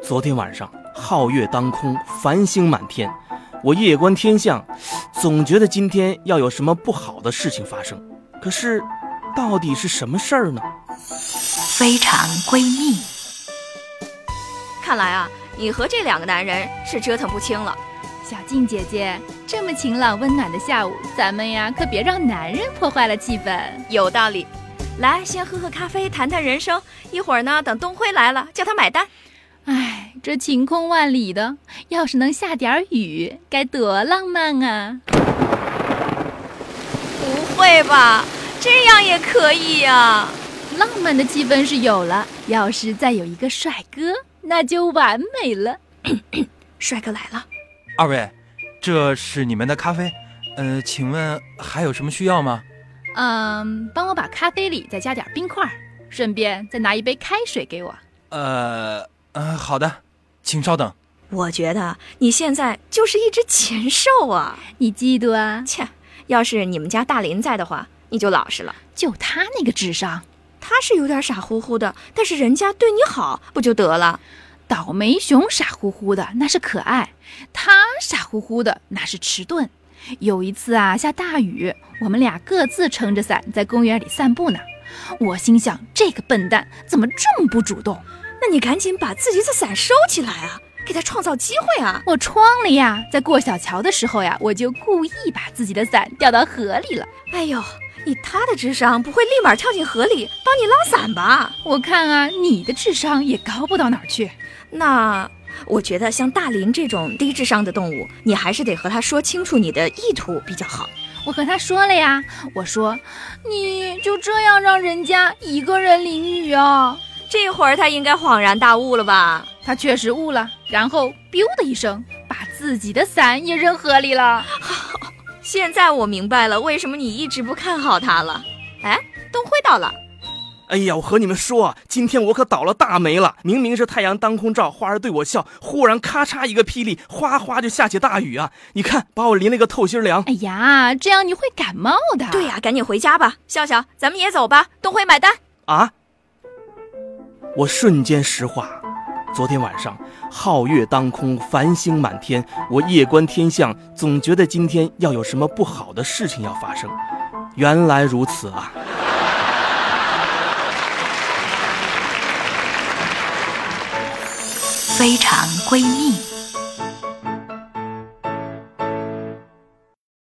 昨天晚上皓月当空，繁星满天，我夜观天象，总觉得今天要有什么不好的事情发生。可是到底是什么事儿呢？ 非常闺蜜。 看来啊，你和这2个男人是折腾不清了。 小静姐姐，这么晴朗温暖的下午，咱们呀可别让男人破坏了气氛。 有道理。来，先喝喝咖啡，谈谈人生。一会儿呢，等东辉来了，叫他买单。 哎，这晴空万里的，要是能下点雨，该多浪漫啊！ 不会吧，这样也可以呀？ 浪漫的气氛是有了，要是再有一个帅哥，那就完美了。 帅哥来了。 二位，这是你们的咖啡，请问还有什么需要吗？ 帮我把咖啡里再加点冰块，顺便再拿一杯开水给我。 好的，请稍等。 我觉得你现在就是一只禽兽啊！ 你嫉妒啊？ 切，要是你们家大林在的话，你就老实了。 就他那个智商， 他是有点傻乎乎的，但是人家对你好，不就得了？ 倒霉熊傻乎乎的那是可爱，他傻乎乎的那是迟钝。有一次啊，下大雨，我们俩各自撑着伞在公园里散步呢。我心想，这个笨蛋怎么这么不主动？ 那你赶紧把自己的伞收起来啊，给他创造机会啊！ 我装了呀，在过小桥的时候呀，我就故意把自己的伞掉到河里了。 哎呦，以他的智商，不会立马跳进河里帮你捞伞吧？ 我看啊，你的智商也高不到哪儿去。 那我觉得像大林这种低智商的动物，你还是得和他说清楚你的意图比较好。 我和他说了呀，我说你就这样让人家一个人淋雨啊？ 这会儿他应该恍然大悟了吧？ 他确实悟了，然后 biu 的一声把自己的伞也扔河里了。 现在我明白了为什么你一直不看好他了。哎，东辉到了。 哎呀，我和你们说啊，今天我可倒了大霉了。明明是太阳当空照，花儿对我笑，忽然咔嚓一个霹雳，哗哗就下起大雨啊！你看，把我淋了个透心凉。 哎呀，这样你会感冒的。 对呀，赶紧回家吧。笑笑，咱们也走吧，东辉买单。 啊！我瞬间石化。昨天晚上皓月当空，繁星满天，我夜观天象，总觉得今天要有什么不好的事情要发生。原来如此啊！ 非常闺蜜。